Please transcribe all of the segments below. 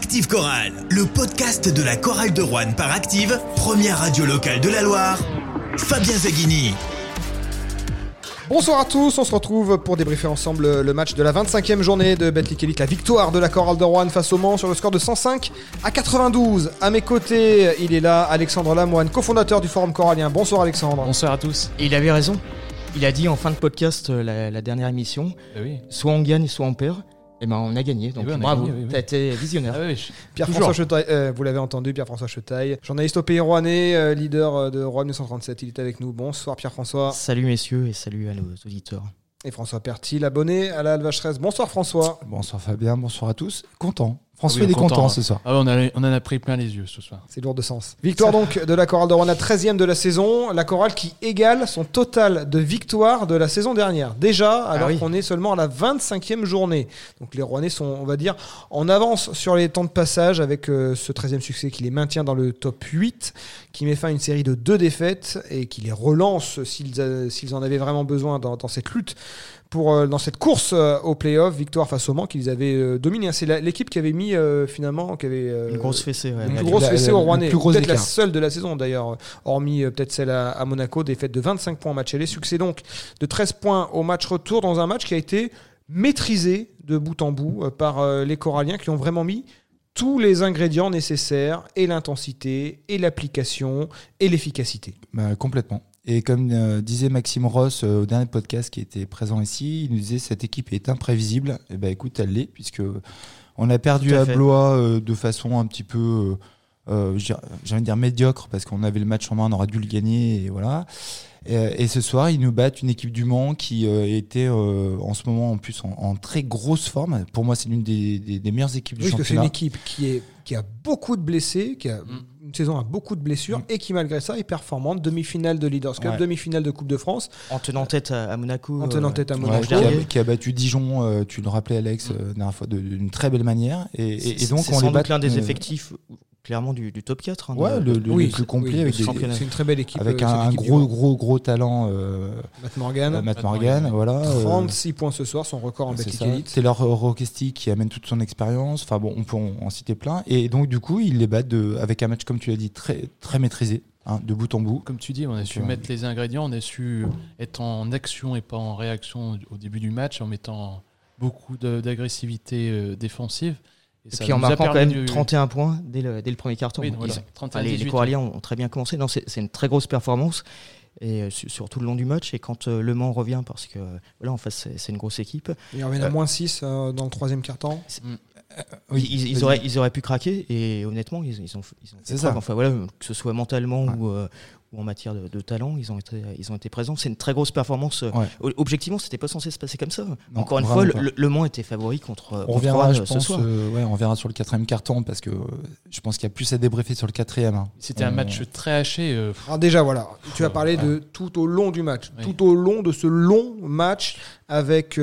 Active Chorale, le podcast de la chorale de Roanne par Active, première radio locale de la Loire, Fabien Zaghini. Bonsoir à tous, on se retrouve pour débriefer ensemble le match de la 25e journée de Betclic Elite, la victoire de la chorale de Roanne face au Mans sur le score de 105 à 92. À mes côtés, il est là, Alexandre Lamoine, cofondateur du Forum Corallien. Bonsoir Alexandre. Bonsoir à tous. Et il avait raison. Il a dit en fin de podcast, la dernière émission, soit on gagne, soit on perd. Et ben on a gagné, donc bravo, t'as été visionnaire. Pierre-François Chetaille, vous l'avez entendu, Pierre-François Chetaille, journaliste au Pays Rouennais, leader de Roanne 937, il est avec nous. Bonsoir Pierre-François. Salut messieurs et salut à nos auditeurs. Et François Pertil, abonné à la Alvacheresse. Bonsoir François. Bonsoir Fabien, bonsoir à tous. Content. François il est content ce soir. On en a pris plein les yeux ce soir. C'est lourd de sens. Victoire donc de la chorale de Roanne, la 13e de la saison. La chorale qui égale son total de victoires de la saison dernière. Déjà, alors qu'on est seulement à la 25e journée. Donc les Rouennais sont, on va dire, en avance sur les temps de passage avec ce 13e succès qui les maintient dans le top 8, qui met fin à une série de 2 défaites et qui les relance s'ils en avaient vraiment besoin dans cette lutte. Dans cette course au play-off, victoire face au Mans qu'ils avaient dominé. C'est l'équipe qui avait mis finalement une grosse fessée, une plus grosse fessée au Rouennais. Peut-être la seule de la saison d'ailleurs, hormis peut-être celle à Monaco, défaite de 25 points en match aller. Succès donc de 13 points au match retour dans un match qui a été maîtrisé de bout en bout par les Coralliens qui ont vraiment mis tous les ingrédients nécessaires, et l'intensité, et l'application, et l'efficacité. Complètement. Et comme disait Maxime Ross au dernier podcast qui était présent ici, il nous disait cette équipe est imprévisible. Et écoute, elle l'est, puisque on a perdu à Blois de façon un petit peu, j'ai envie de dire médiocre, parce qu'on avait le match en main, on aurait dû le gagner, et voilà. Et ce soir, ils nous battent une équipe du Mans qui était en ce moment en plus en très grosse forme. Pour moi, c'est l'une des meilleures équipes du championnat. Parce que c'est une équipe qui a beaucoup de blessés, qui a une saison à beaucoup de blessures et qui malgré ça est performante. Demi-finale de Leaders Cup, demi-finale de Coupe de France. En tenant tête à Monaco. Qui a battu Dijon, tu le rappelais Alex, la dernière fois, d'une très belle manière. Et donc c'est sans doute l'un des effectifs clairement du top 4. Le plus complet. C'est une très belle équipe. Avec un gros talent. Matt Morgan. Voilà. 36 points ce soir, son record en Betclic Elite. C'est leur Roquesti qui amène toute son expérience. Enfin bon, on peut en citer plein. Et donc du coup, ils les battent avec un match, comme tu l'as dit, très, très maîtrisé. De bout en bout. Comme tu dis, on a su mettre les ingrédients, on a su être en action et pas en réaction au début du match, en mettant beaucoup d'agressivité défensive. Et puis en marquant quand même 31 points dès le premier quart-temps. Oui, voilà, les Coralliens ont très bien commencé. Non, c'est une très grosse performance, et sur tout le long du match. Et quand Le Mans revient, parce que en face c'est une grosse équipe. Il y en a moins 6 dans le troisième quart-temps. Ils auraient pu craquer, et honnêtement ils ont fait preuve. Enfin voilà, que ce soit mentalement ou en matière de talent, ils ont été présents. C'est une très grosse performance. Objectivement, c'était pas censé se passer comme ça. Non, encore une fois, le Mans était favori contre reviendra, Roanne ce soir. On verra sur le 4e carton, parce que je pense qu'il y a plus à débriefer sur le 4e. C'était un match très haché. Alors déjà voilà, tu as parlé de tout au long du match, tout au long de ce long match, avec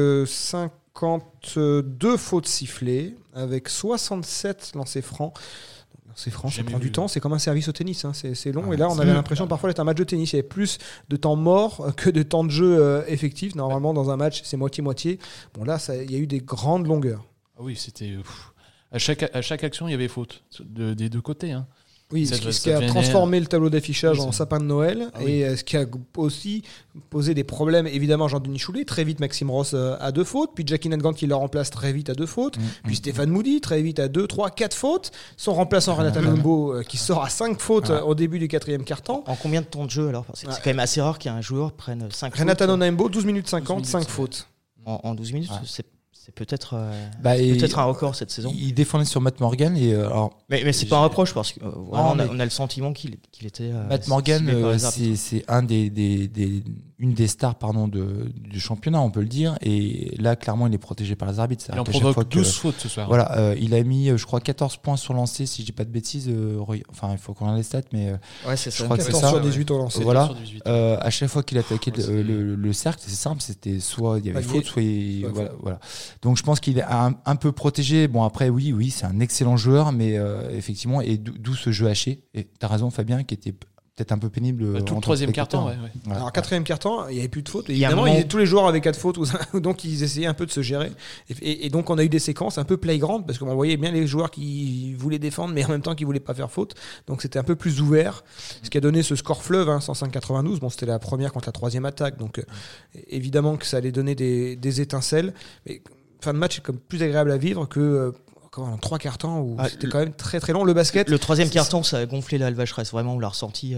52 fautes sifflées, avec 67 lancers francs. C'est franc, ça prend du temps, c'est comme un service au tennis, c'est long. Et là, on avait l'impression parfois d'être un match de tennis. Il y avait plus de temps mort que de temps de jeu effectif. Normalement, dans un match, c'est moitié-moitié. Bon, là, il y a eu des grandes longueurs. Ah oui, c'était. À chaque action, il y avait faute des deux côtés. Oui, ce qui a transformé le tableau d'affichage en sapin de Noël, et ce qui a aussi posé des problèmes, évidemment, Jean-Denis Choulet, très vite Maxime Ross à 2 fautes, puis Jackie Nadgant qui le remplace très vite à 2 fautes, puis Stéphane Moody très vite à 2, 3, 4 fautes, son remplaçant Renata Nombo qui sort à 5 fautes au début du 4e quart-temps. En combien de temps de jeu alors ? C'est quand même assez rare qu'un joueur prenne 5 fautes. Renata Nombo, 12 minutes 50, 5 fautes. En 12 minutes, c'est peut-être un record cette saison. Il défendait sur Matt Morgan. Mais c'est pas un reproche, parce que on a le sentiment qu'il était. Matt Morgan, c'est une des stars du championnat, on peut le dire. Et là, clairement, il est protégé par les arbitres. Il en provoque 12 fautes ce soir. Voilà, il a mis, je crois, 14 points sur lancé, si je dis pas de bêtises. Enfin, il faut qu'on ait les stats, mais c'est ça. Je crois 14 sur 18 au lancé. Voilà. À chaque fois qu'il attaquait le cercle, c'est simple, c'était soit il y avait faute, soit voilà. Donc je pense qu'il est un peu protégé. Bon, après, oui, c'est un excellent joueur, mais effectivement, et d'où ce jeu haché. Et tu as raison, Fabien, qui était peut-être un peu pénible. Tout le troisième quart-temps, ouais. Alors, quatrième quart-temps, il n'y avait plus de fautes. Évidemment, tous les joueurs avaient 4 fautes, donc ils essayaient un peu de se gérer. Et donc, on a eu des séquences un peu playground, parce qu'on voyait bien les joueurs qui voulaient défendre, mais en même temps qui ne voulaient pas faire faute. Donc, c'était un peu plus ouvert. Ce qui a donné ce score fleuve, 105-92. Bon, c'était la première contre la troisième attaque. Donc, évidemment que ça allait donner des étincelles. Mais fin de match est comme plus agréable à vivre que. En 3 quarts-temps où c'était quand même très très long le basket. Le troisième quart-temps, ça a gonflé la vacheresse. Vraiment, on l'a ressenti.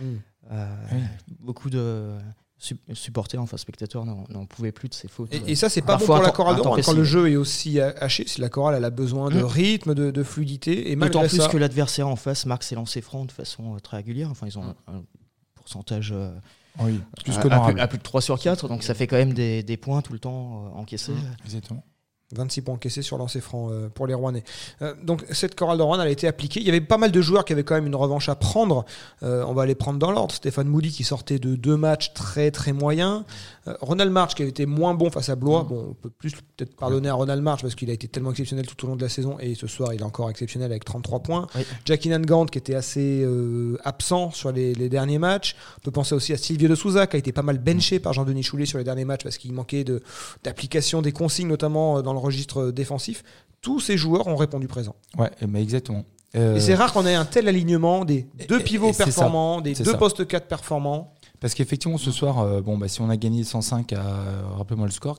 Beaucoup de supporters, enfin spectateurs, n'en pouvaient plus de ces fautes. Et ça, c'est pas bon pour la chorale de Rouen quand le jeu est aussi haché. Si la chorale elle a besoin de rythme, de fluidité. Et d'autant plus que l'adversaire en face marque ses lancers francs de façon très régulière. Enfin, ils ont un pourcentage plus à plus de 3 sur 4. Donc ça fait quand même des points tout le temps encaissés. Exactement. 26 points encaissés sur lancer franc pour les Rouennais. Donc cette chorale de Rouen, elle a été appliquée. Il y avait pas mal de joueurs qui avaient quand même une revanche à prendre. On va les prendre dans l'ordre. Stéphane Moody qui sortait de 2 matchs très très moyens. Ronald March qui avait été moins bon face à Blois. Bon, on peut plus peut-être pardonner à Ronald March parce qu'il a été tellement exceptionnel tout au long de la saison et ce soir il est encore exceptionnel avec 33 points. Oui. Jackie Nangant qui était assez absent sur les derniers matchs. On peut penser aussi à Silvio de Souza qui a été pas mal benché par Jean-Denis Choulet sur les derniers matchs parce qu'il manquait d'application des consignes notamment dans le registre défensif. Tous ces joueurs ont répondu présent. Ouais, mais exactement. Et c'est rare qu'on ait un tel alignement des 2 pivots performants, des 2 postes 4 performants. Parce qu'effectivement, ce soir, si on a gagné 105 rappelez-moi le score,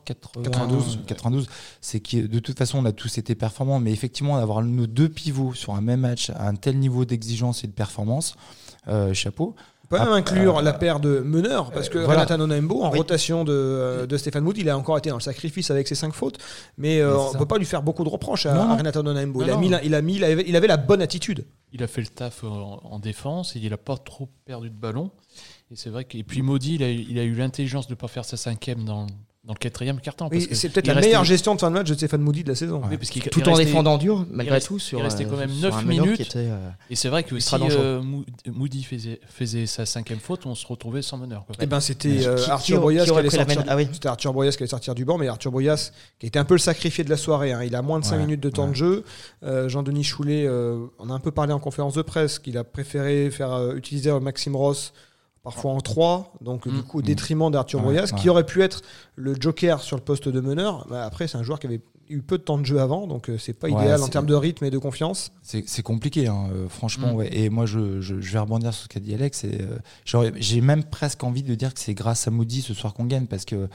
92, c'est que de toute façon, on a tous été performants. Mais effectivement, d'avoir nos 2 pivots sur un même match à un tel niveau d'exigence et de performance, chapeau. On peut même inclure la paire de meneurs, parce que Renata Nonaimbo, en rotation de Stéphane Moody, il a encore été dans le sacrifice avec ses 5 fautes, mais on ne peut pas lui faire beaucoup de reproches à Renata Nonaimbo. Il avait la bonne attitude. Il a fait le taf en défense, il n'a pas trop perdu de ballon. Et c'est vrai que, et puis Maudit, il a eu l'intelligence de ne pas faire sa 5e dans le 4e quart-temps. C'est peut-être la meilleure gestion de fin de match de Stéphane Moody de la saison. Oui, parce tout en défendant dur, malgré tout. Il restait quand même 9 minutes. Et c'est vrai que si Moody faisait sa 5e faute, on se retrouvait sans meneur. C'était Arthur Boyas qui allait sortir. C'était Arthur Boyas qui allait sortir du banc, mais Arthur Boyas qui était un peu le sacrifié de la soirée. Il a moins de 5 minutes de temps de jeu. Jean-Denis Choulet, on a un peu parlé en conférence de presse qu'il a préféré faire utiliser Maxime Ross parfois en 3, donc du coup au détriment d'Arthur Boyas, qui aurait pu être le joker sur le poste de meneur. Après, c'est un joueur qui avait eu peu de temps de jeu avant, donc c'est pas idéal en termes de rythme et de confiance. C'est compliqué, franchement. Et moi, je vais rebondir sur ce qu'a dit Alex. J'ai même presque envie de dire que c'est grâce à Moody ce soir qu'on gagne, parce que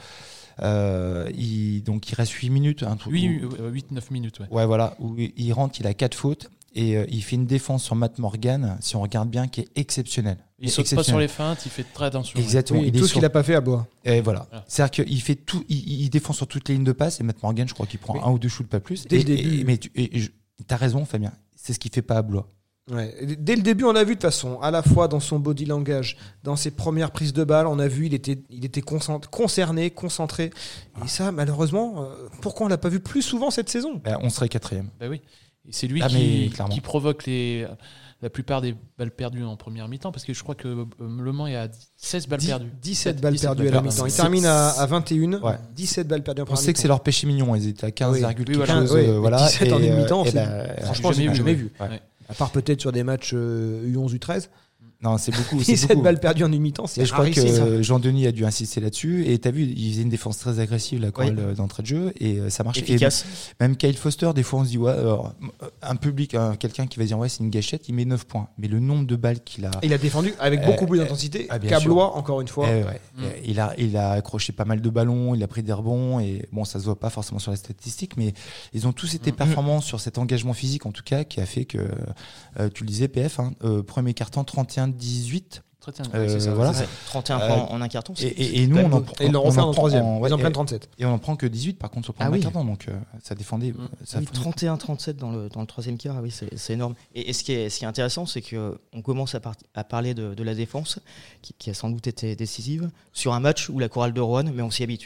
il reste 8 minutes. 8-9 minutes. Ouais, voilà, où il rentre, il a 4 fautes. Et il fait une défense sur Matt Morgan, si on regarde bien, qui est exceptionnelle. Il saute pas sur les feintes, il fait très attention. Exactement. Oui, tout ce qu'il n'a pas fait à Blois. Et voilà. C'est-à-dire qu'il fait tout, il défend sur toutes les lignes de passe, et Matt Morgan, je crois qu'il prend 1 ou 2 shoots, pas plus. Dès le début. Mais tu as raison, Fabien, c'est ce qu'il fait pas à Blois. Ouais. Dès le début, on a vu de toute façon, à la fois dans son body language, dans ses premières prises de balle, on a vu il était concerné, concentré. Et ça, malheureusement, pourquoi on l'a pas vu plus souvent cette saison ? On serait 4e. Oui. Et c'est lui qui provoque la plupart des balles perdues en première mi-temps, parce que je crois que Le Mans est à 16 balles perdues. 17 balles perdues à la mi-temps. Ils terminent à 21, 17 balles perdues en première mi-temps. On sait que c'est leur péché mignon, ils étaient à 15, quelque chose. 17 en une mi-temps, franchement, j'ai jamais vu. À part peut-être sur des matchs U11, U13. Non, c'est beaucoup. 17 balles perdues en une mi-temps, c'est rarissime. Je crois que Jean-Denis a dû insister là-dessus. Et tu as vu, il faisait une défense très agressive d'entrée de jeu. Et ça marchait. Efficace. Et même Kyle Foster, des fois, on se dit, un public, quelqu'un qui va dire, c'est une gâchette, il met 9 points. Mais le nombre de balles qu'il a. Il a défendu avec beaucoup plus d'intensité qu'à Blois, encore une fois. Il a accroché pas mal de ballons, il a pris des rebonds. Et bon, ça se voit pas forcément sur les statistiques, mais ils ont tous été performants sur cet engagement physique, en tout cas, qui a fait que, tu le disais, PF, premier quart-temps, 31-18. C'est ça, voilà. 31 points en un carton. Et nous, ils l'ont refait en troisième. Ils en prennent 37. Et on en prend que 18 par contre sur le premier carton. Donc ça défendait. 31-37 dans le troisième quart, oui, c'est énorme. Et ce qui est intéressant, c'est qu'on commence à parler de la défense, qui a sans doute été décisive, sur un match où la chorale de Roanne, mais on s'y habitue,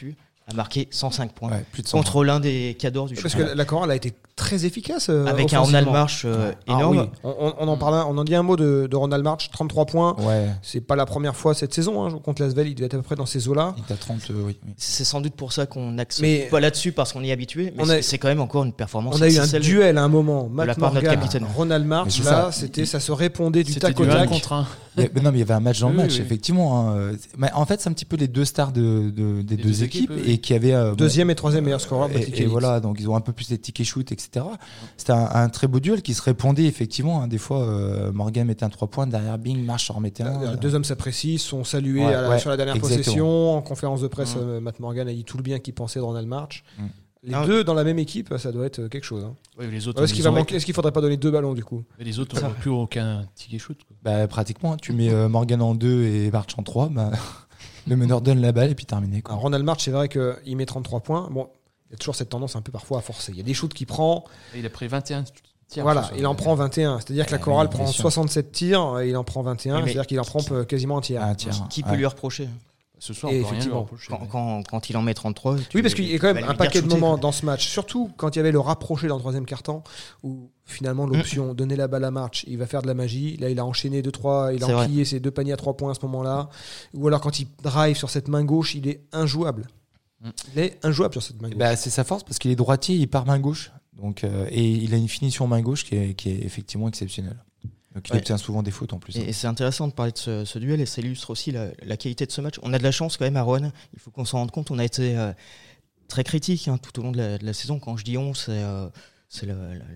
a marqué 105 points contre l'un des cadors du championnat. Parce que la chorale a été très efficace. Avec un Ronald March énorme. Oui. On en dit un mot de Ronald March, 33 points. Ouais. C'est pas la première fois cette saison. Contre l'Asvel, il devait être à peu près dans ces eaux-là. Il est à 30, oui. C'est sans doute pour ça qu'on n'accède pas là-dessus parce qu'on y est habitué. Mais c'est quand même encore une performance. On a eu un duel à un moment. Matt Morgan, Ronald March. Là, ça se répondait du tac au tac. Mais non, mais il y avait un match dans le match, effectivement. Mais en fait, c'est un petit peu les deux stars des deux équipes et qui avaient deuxième et troisième meilleur scoreur. Et voilà, donc ils ont un peu plus les tickets shoot, etc. C'était un très beau duel qui se répondait effectivement. Des fois, Morgan mettait un 3 points derrière, bing, March en remettait un. Les deux hommes s'apprécient, sont salués sur la dernière possession. En conférence de presse, Matt Morgan a dit tout le bien qu'il pensait de Ronald March. Les deux dans la même équipe, ça doit être quelque chose. Oui, les autres, est-ce qu'il faudrait pas donner 2 ballons du coup? Mais les autres n'ont plus aucun ticket shoot. Pratiquement, tu mets Morgan en 2 et March en 3, le meneur donne la balle et puis terminé. Alors, Ronald March, c'est vrai qu'il met 33 points. Bon, il y a toujours cette tendance un peu parfois à forcer. Il y a des shoots qu'il prend. Et il a pris 21 tirs. Voilà, il en prend 21. C'est-à-dire que la chorale prend 67 tirs et il en prend 21. C'est-à-dire qu'il en prend quasiment un tiers. Qui peut lui reprocher? Ce soir, on peut rien lui reprocher. Quand il en met 33. Oui, parce qu'il y a quand même un paquet de moments dans ce match, surtout quand il y avait le rapproché dans le troisième quart-temps, où finalement l'option donner la balle à March, il va faire de la magie. Là, il a enchaîné 2-3, il a enquillé ses 2 paniers à 3 points à ce moment-là. Ou alors quand il drive sur cette main gauche, il est injouable. Il est injouable sur cette main gauche. C'est sa force parce qu'il est droitier, il part main gauche. Donc, et il a une finition main gauche qui est effectivement exceptionnelle. Donc il obtient souvent des fautes en plus. Et c'est intéressant de parler de ce duel et ça illustre aussi la qualité de ce match. On a de la chance quand même à Rouen. Il faut qu'on s'en rende compte. On a été très critique tout au long de la saison. Quand je dis on, c'est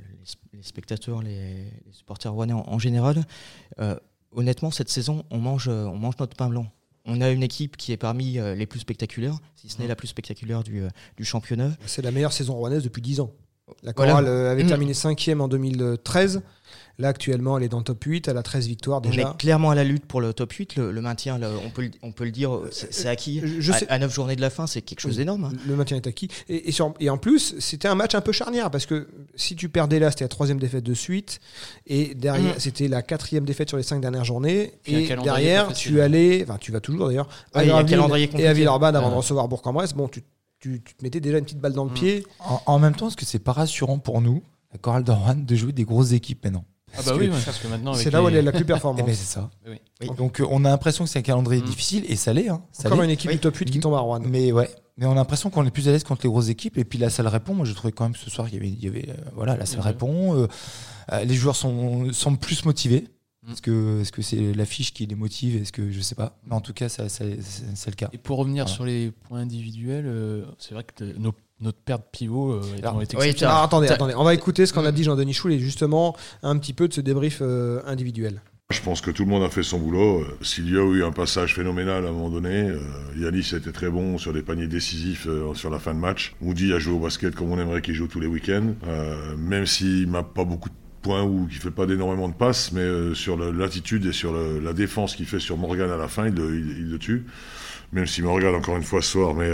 les spectateurs, les supporters rouennais en général. Honnêtement, cette saison, on mange notre pain blanc. On a une équipe qui est parmi les plus spectaculaires, si ce n'est la plus spectaculaire du championnat. C'est la meilleure saison rouennaise depuis 10 ans. La chorale avait terminé 5e en 2013. Là, actuellement, elle est dans le top 8. Elle a 13 victoires déjà. On est clairement à la lutte pour le top 8. Le maintien, on peut le dire, c'est acquis. À 9 journées de la fin, c'est quelque chose d'énorme. Le maintien est acquis. Et en plus, c'était un match un peu charnière parce que si tu perdais là, c'était la 3e défaite de suite. Et derrière, c'était la 4e défaite sur les 5 dernières journées. Et derrière, tu vas toujours d'ailleurs à Villeurbanne avant de recevoir Bourg-en-Bresse. Bon, tu te mettais déjà une petite balle dans le pied. En même temps, est-ce que c'est pas rassurant pour nous, la chorale de Rouen, de jouer des grosses équipes maintenant? Parce que maintenant c'est là où elle est la plus performante. C'est ça. Oui. Donc on a l'impression que c'est un calendrier difficile et ça l'est. Encore une équipe du top 8 qui tombe à Rouen. Mais on a l'impression qu'on est plus à l'aise contre les grosses équipes et puis la salle répond. Moi je trouvais quand même ce soir il y avait la salle répond. Les joueurs sont plus motivés. Est-ce que c'est l'affiche qui les motive? Est-ce que je sais pas. Mais en tout cas c'est le cas. Et pour revenir sur les points individuels, c'est vrai que notre paire de pivots est exceptionnelle. Attendez, on va écouter ce qu'en a dit Jean-Denis Choul et justement un petit peu de ce débrief individuel. Je pense que tout le monde a fait son boulot. S'il y a eu un passage phénoménal à un moment donné, Yanis a été très bon sur des paniers décisifs sur la fin de match. Moody a joué au basket comme on aimerait qu'il joue tous les week-ends, même s'il n'a pas beaucoup de points ou qu'il ne fait pas d'énormément de passes, mais sur l'attitude et sur la défense qu'il fait sur Morgan à la fin, il le tue. Même si Morgan, encore une fois ce soir, met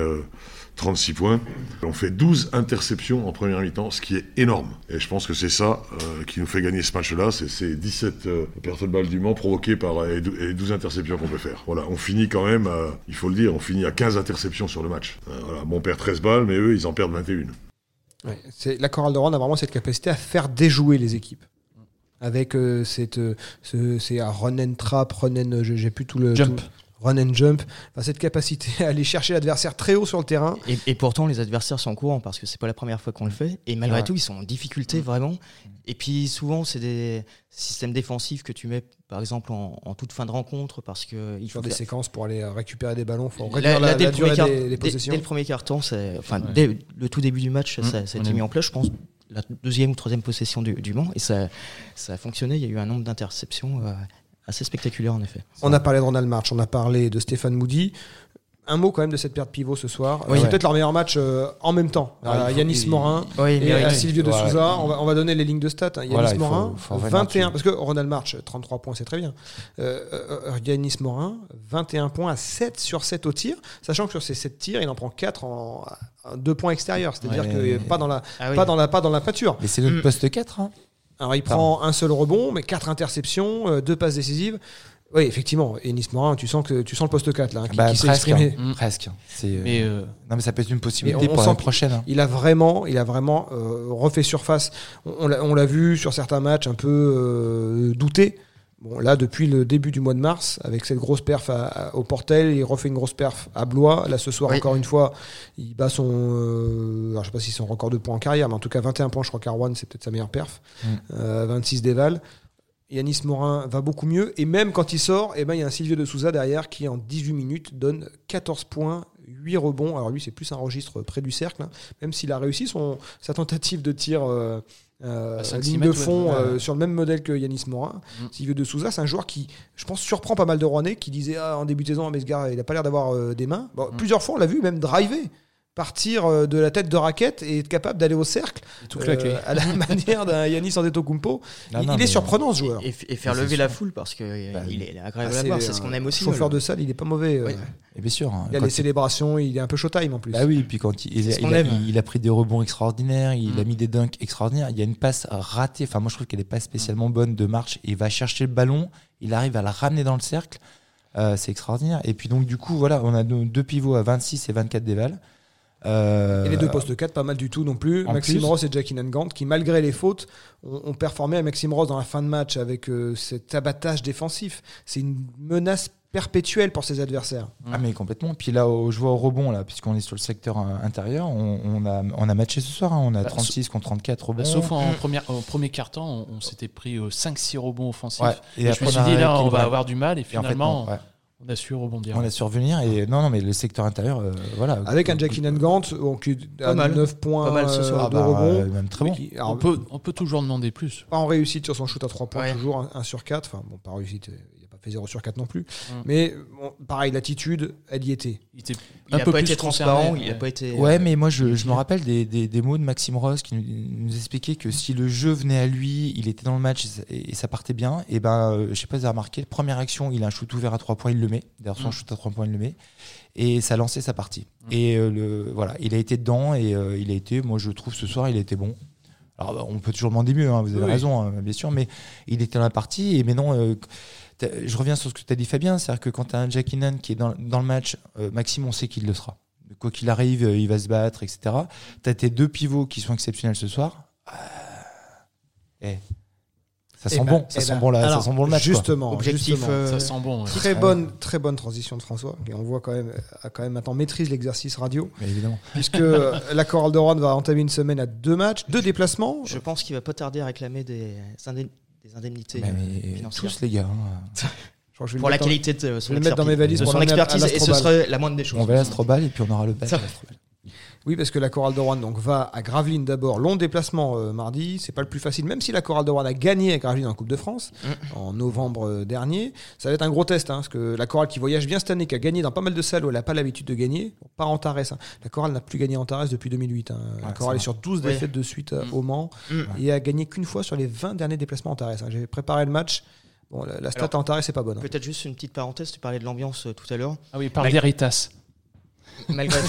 36 points. On fait 12 interceptions en première mi-temps, ce qui est énorme. Et je pense que c'est ça qui nous fait gagner ce match-là. C'est ces 17 pertes de balles du Mans provoquées par les 12 interceptions qu'on peut faire. Voilà, on finit quand même, il faut le dire, on finit à 15 interceptions sur le match. On perd 13 balles, mais eux, ils en perdent 21. La chorale de Rouen a vraiment cette capacité à faire déjouer les équipes. Avec c'est run and trap, j'ai plus tout le... Jump. Run and jump, cette capacité à aller chercher l'adversaire très haut sur le terrain. Et pourtant, les adversaires sont courants parce que c'est pas la première fois qu'on le fait. Et malgré tout, ils sont en difficulté vraiment. Et puis souvent, c'est des systèmes défensifs que tu mets, par exemple, en toute fin de rencontre parce que il faut des séquences pour aller récupérer des ballons. Faut réduire la durée des possessions. Dès le premier quart-temps, dès le tout début du match, ça a été mis en place. Je pense la 2e ou 3e possession du Mans et ça a fonctionné. Il y a eu un nombre d'interceptions assez spectaculaire en effet. On a parlé de Ronald March, on a parlé de Stéphane Moody. Un mot quand même de cette paire de pivots ce soir. C'est peut-être leur meilleur match en même temps. Yanis Morin et Silvio de Souza. On va donner les lignes de stats. Yanis Morin, 21. Parce que Ronald March, 33 points, c'est très bien. Yanis Morin, 21 points à 7 sur 7 au tir. Sachant que sur ces 7 tirs, il en prend 4 en 2 points extérieurs. C'est-à-dire que pas dans la pâture. Mais c'est notre poste 4. Alors il prend un seul rebond, mais 4 interceptions, 2 passes décisives. Oui, effectivement. Et Yanis Morin, tu sens le poste 4 là, qui s'est presque, exprimé. Presque. Mais non, mais ça peut être une possibilité pour l'année prochaine. Hein. Il a vraiment refait surface. On l'a vu sur certains matchs un peu douté. Bon, là, depuis le début du mois de mars, avec cette grosse perf au Portel, il refait une grosse perf à Blois. Là, ce soir, encore une fois, il bat son... alors, je sais pas si c'est son record de points en carrière, mais en tout cas, 21 points, je crois qu'à Rouen, c'est peut-être sa meilleure perf. 26 d'Eval. Yanis Morin va beaucoup mieux. Et même quand il sort, il y a un Silvio de Souza derrière qui, en 18 minutes, donne 14 points, 8 rebonds. Alors lui, c'est plus un registre près du cercle, hein, même s'il a réussi sa tentative de tir... ligne de fond sur le même modèle que Yanis Morin. Silvio de Souza, c'est un joueur qui, je pense, surprend pas mal de Rouennais qui disaient en début de saison, mais ce gars, il a pas l'air d'avoir des mains. Bon, plusieurs fois, on l'a vu même driver, partir de la tête de raquette et être capable d'aller au cercle à la manière d'un Yanis Antetokounmpo. Il est surprenant, ce joueur. Et faire lever la foule parce qu'il est agréable à voir, c'est ce qu'on aime aussi. Chauffeur de salle, il est pas mauvais. Et bien sûr. Il a les célébrations, il est un peu showtime en plus. Bah oui, puis quand il a pris des rebonds extraordinaires, il a mis des dunks extraordinaires. Il y a une passe ratée, enfin moi je trouve qu'elle n'est pas spécialement bonne de marche. Il va chercher le ballon, il arrive à la ramener dans le cercle. C'est extraordinaire. Et puis donc du coup, voilà, on a deux pivots à 26 et 24 d'Eval. Et les deux postes 4 pas mal du tout non plus. Maxime Ross et Jackie Nangant qui, malgré les fautes, ont performé à Maxime Ross dans la fin de match avec cet abattage défensif. C'est une menace perpétuelle pour ses adversaires. Ah mais complètement. Puis là, je vois au rebond là, puisqu'on est sur le secteur intérieur, on a matché ce soir. Hein, on a 36 contre 34 rebonds. Sauf au premier quart-temps, on s'était pris 5-6 rebonds offensifs. Ouais, et je me suis dit là, on va avoir du mal et finalement. Et en fait, on a su rebondir. On a su revenir et non mais le secteur intérieur voilà. Avec un Jackie Nangant qui a 9 points de rebond. Même très bon. On peut toujours demander plus. Pas en réussite sur son shoot à 3 points, toujours 1 sur 4. Enfin bon, pas réussite, il n'a pas fait 0 sur 4 non plus. Mais pareil, l'attitude, elle y était. Il n'a pas été transparent, il n'a pas été... Ouais, mais moi je me rappelle des mots de Maxime Ross qui nous expliquait que si le jeu venait à lui, il était dans le match et ça partait bien, et je sais pas si vous avez remarqué, première action, il a un shoot ouvert à 3 points, il le met. D'ailleurs, son shoot à 3 points, il le met. Et ça lançait sa partie. Et voilà, il a été dedans et il a été, moi je trouve ce soir, il a été bon. Alors on peut toujours demander mieux, hein, vous avez raison, hein, bien sûr, mais il était dans la partie. Et maintenant, je reviens sur ce que tu as dit, Fabien, c'est-à-dire que quand tu as un Jack Innan qui est dans le match, Maxime, on sait qu'il le sera. Quoi qu'il arrive, il va se battre, etc. Tu as tes deux pivots qui sont exceptionnels ce soir. Ça sent bon, ça sent bon là, ça sent bon le match. Justement, objectif, ça sent bon. Ouais. Très bonne transition de François. Et on voit quand même maintenant maîtrise l'exercice radio. Mais évidemment. Puisque la Chorale de Rouen va entamer une semaine à 2 matchs, 2 déplacements. Je pense qu'il va pas tarder à réclamer des indemnités financières. Tous les gars. Pour la qualité de son mettre dans mes valises, de son expertise, et ce serait la moindre des choses. On va à l'Astrobal et puis on aura le badge. Oui, parce que la Chorale de Rouen donc, va à Gravelines d'abord. Long déplacement mardi. C'est pas le plus facile, même si la Chorale de Rouen a gagné à Gravelines en Coupe de France en novembre dernier. Ça va être un gros test, parce que la Chorale qui voyage bien cette année, qui a gagné dans pas mal de salles où elle n'a pas l'habitude de gagner, pas Antares. La Chorale n'a plus gagné Antares depuis 2008. La Chorale est sur 12 défaites de suite au Mans et a gagné qu'une fois sur les 20 derniers déplacements Antares. J'ai préparé le match. Bon, la stat à Antares, c'est pas bonne. Peut-être juste une petite parenthèse, tu parlais de l'ambiance tout à l'heure. Ah oui, par Veritas. Malgré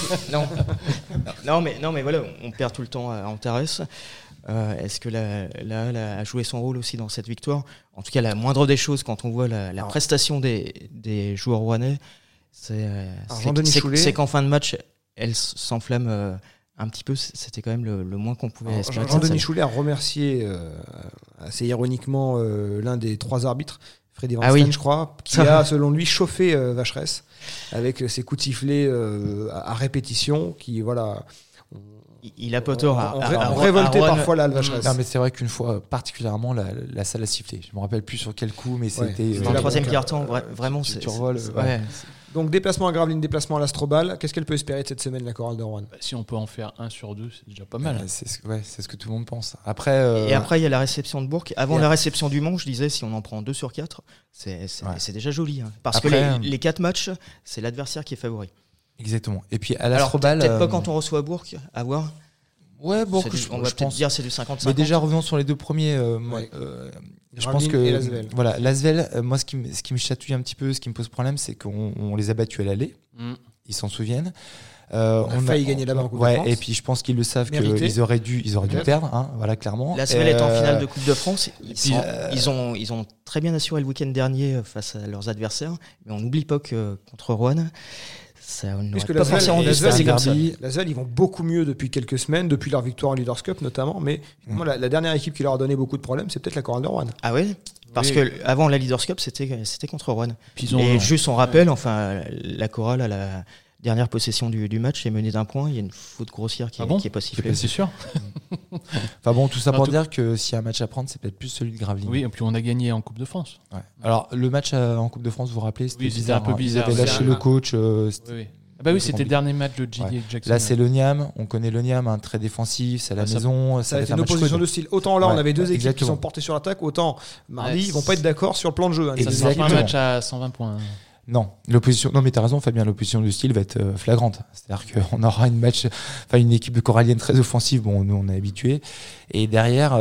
non mais voilà, on perd tout le temps à Antares. Est-ce que la a joué son rôle aussi dans cette victoire? En tout cas, la moindre des choses, quand on voit la prestation des joueurs rouennais, c'est qu'en fin de match, elle s'enflamme un petit peu. C'était quand même le moins qu'on pouvait espérer. Jean-Denis Choulet a remercié assez ironiquement l'un des 3 arbitres, Freddy Van Steen, je crois, qui a, selon lui, chauffé Vacheresse avec ses coups de sifflet à répétition, qui, voilà... Il a pas tort à révolter parfois là, le Vacheresse. Non, mais c'est vrai qu'une fois, particulièrement, la salle a sifflé. Je me rappelle plus sur quel coup, mais c'était... Dans le 3e quart-temps, vraiment, c'est... Tu revois Donc, déplacement à Gravelines, déplacement à l'Astrobal. Qu'est-ce qu'elle peut espérer de cette semaine, la Chorale de Rouen? Si on peut en faire 1 sur 2, c'est déjà pas mal. C'est ce que tout le monde pense. Après, Et après, il y a la réception de Bourg. Avant la réception du Mans, je disais, si on en prend 2 sur 4, c'est déjà joli. Parce que les 4 matchs, c'est l'adversaire qui est favori. Exactement. Et puis à l'Astrobal... Peut-être pas quand on reçoit Bourg, à voir. Ouais, Bourg, on va peut-être dire c'est du 50-50. Mais déjà, revenons sur les 2 premiers. Je pense que l'Asvel, moi, ce qui me chatouille un petit peu, ce qui me pose problème, c'est qu'on les a battus à l'aller. ils s'en souviennent. On a failli gagner là-bas en Coupe de France. Et puis je pense qu'ils le savent qu'ils auraient dû perdre, hein, voilà, clairement. La semaine est en finale de Coupe de France. Ils ont très bien assuré le week-end dernier face à leurs adversaires, mais on n'oublie pas que contre Roanne, ça n'aurait pas forcément dû se passer comme ça. L'Asvel, ils vont beaucoup mieux depuis quelques semaines, depuis leur victoire en Leaders Cup notamment, mais la dernière équipe qui leur a donné beaucoup de problèmes, c'est peut-être la Chorale de Roanne. Ah ouais, parce que avant la Leaders Cup, c'était contre Roanne. Et juste on rappelle, enfin, la Chorale à la dernière possession du match est menée d'un point. Il y a une faute grossière qui est pas sifflée. C'est sûr. Enfin bon, tout ça pour dire que s'il y a un match à prendre, c'est peut-être plus celui de Gravelines. Oui, et puis on a gagné en Coupe de France. Ouais. Alors le match en Coupe de France, vous vous rappelez, c'était bizarre, un peu bizarre. Ils avaient lâché le coach. C'était le dernier match de J.D. Jackson. Là, c'est le Niam. On connaît le Niam, très défensif, c'est à la maison. Ça a été une opposition de style. Autant là, on avait deux équipes qui sont portées sur l'attaque, autant mardi, ils vont pas être d'accord sur le plan de jeu. Ça sera pas un match à 120 points. Non, mais t'as raison, Fabien, l'opposition de style va être flagrante. C'est-à-dire qu'on aura une équipe de corallienne très offensive, bon, nous on est habitués. Et derrière,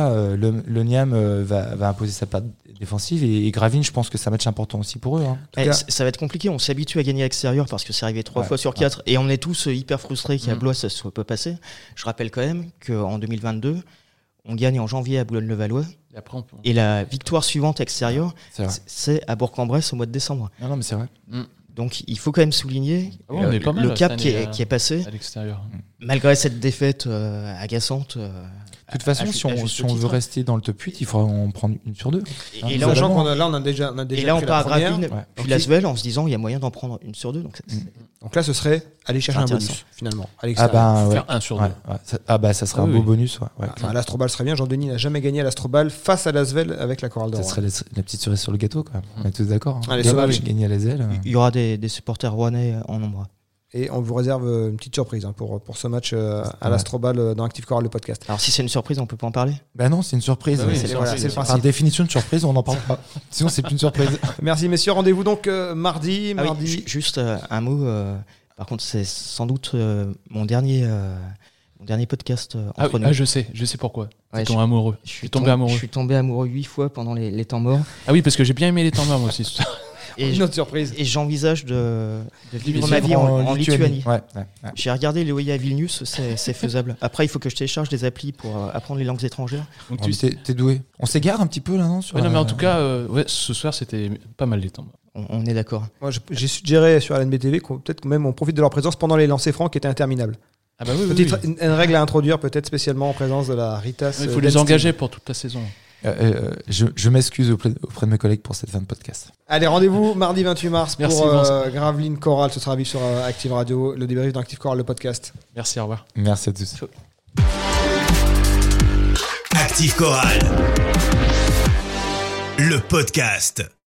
le Niam va imposer sa patte défensive et Gravelines, je pense que c'est un match important aussi pour eux. Hein. Ça va être compliqué, on s'habitue à gagner à l'extérieur parce que c'est arrivé 3 fois sur 4 et on est tous hyper frustrés qu'à Blois ça se soit pas passé. Je rappelle quand même qu'en 2022, on gagne en janvier à Boulogne-le-Valois. Et la victoire suivante extérieure, c'est à Bourg-en-Bresse au mois de décembre. Non, mais c'est vrai. Donc il faut quand même souligner le cap qui est passé à l'extérieur. Malgré cette défaite agaçante. De toute façon, si on veut rester dans le top 8, il faudra en prendre une sur deux. Et là, on a déjà et là, on part à Gravelines, puis l'Asvel en se disant il y a moyen d'en prendre une sur deux. Donc là, ce serait aller chercher un bonus, finalement, à l'extérieur. Faire un sur deux. Ça serait un beau bonus. L'Astrobal serait bien. Jean-Denis n'a jamais gagné à l'Astrobal face à l'Asvel avec la Chorale de Roanne. Ça serait la petite cerise sur le gâteau, quand même. On est tous d'accord. J'ai gagné à l'Asvel. Il y aura des supporters rouennais en nombre. Et on vous réserve une petite surprise pour ce match à l'Astrobal dans Active Chorale, le podcast. Alors si c'est une surprise, on peut pas en parler ? Ben non, c'est une surprise. C'est le principe. Par définition de surprise, on n'en parle pas. Sinon, c'est plus une surprise. Merci messieurs, rendez-vous donc mardi. Oui, juste un mot. Par contre, c'est sans doute mon dernier podcast entre nous. Je sais pourquoi. Je suis amoureux. Je suis tombé amoureux. Je suis tombé amoureux 8 fois pendant les temps morts. Ah oui, parce que j'ai bien aimé les temps morts moi aussi. Une autre surprise. Et j'envisage de vivre ma vie en Lituanie. J'ai regardé le OIA à Vilnius, c'est faisable. Après, il faut que je télécharge des applis pour apprendre les langues étrangères. Donc t'es doué. On s'égare un petit peu là, non mais en tout cas, ce soir, c'était pas mal les temps. On est d'accord. Moi, j'ai suggéré sur LNBTV qu'on peut-être même on profite de leur présence pendant les lancers francs qui étaient interminables. Ah bah oui. Une règle à introduire, peut-être spécialement en présence de la Ritas. Il faut les engager pour toute la saison. Je m'excuse auprès de mes collègues pour cette fin de podcast. Allez, rendez-vous mardi 28 mars pour Gravelines Chorale. Ce sera à vivre sur Active Radio, le débrief d'Active Chorale, le podcast. Merci, au revoir. Merci à tous. Active Chorale, le podcast.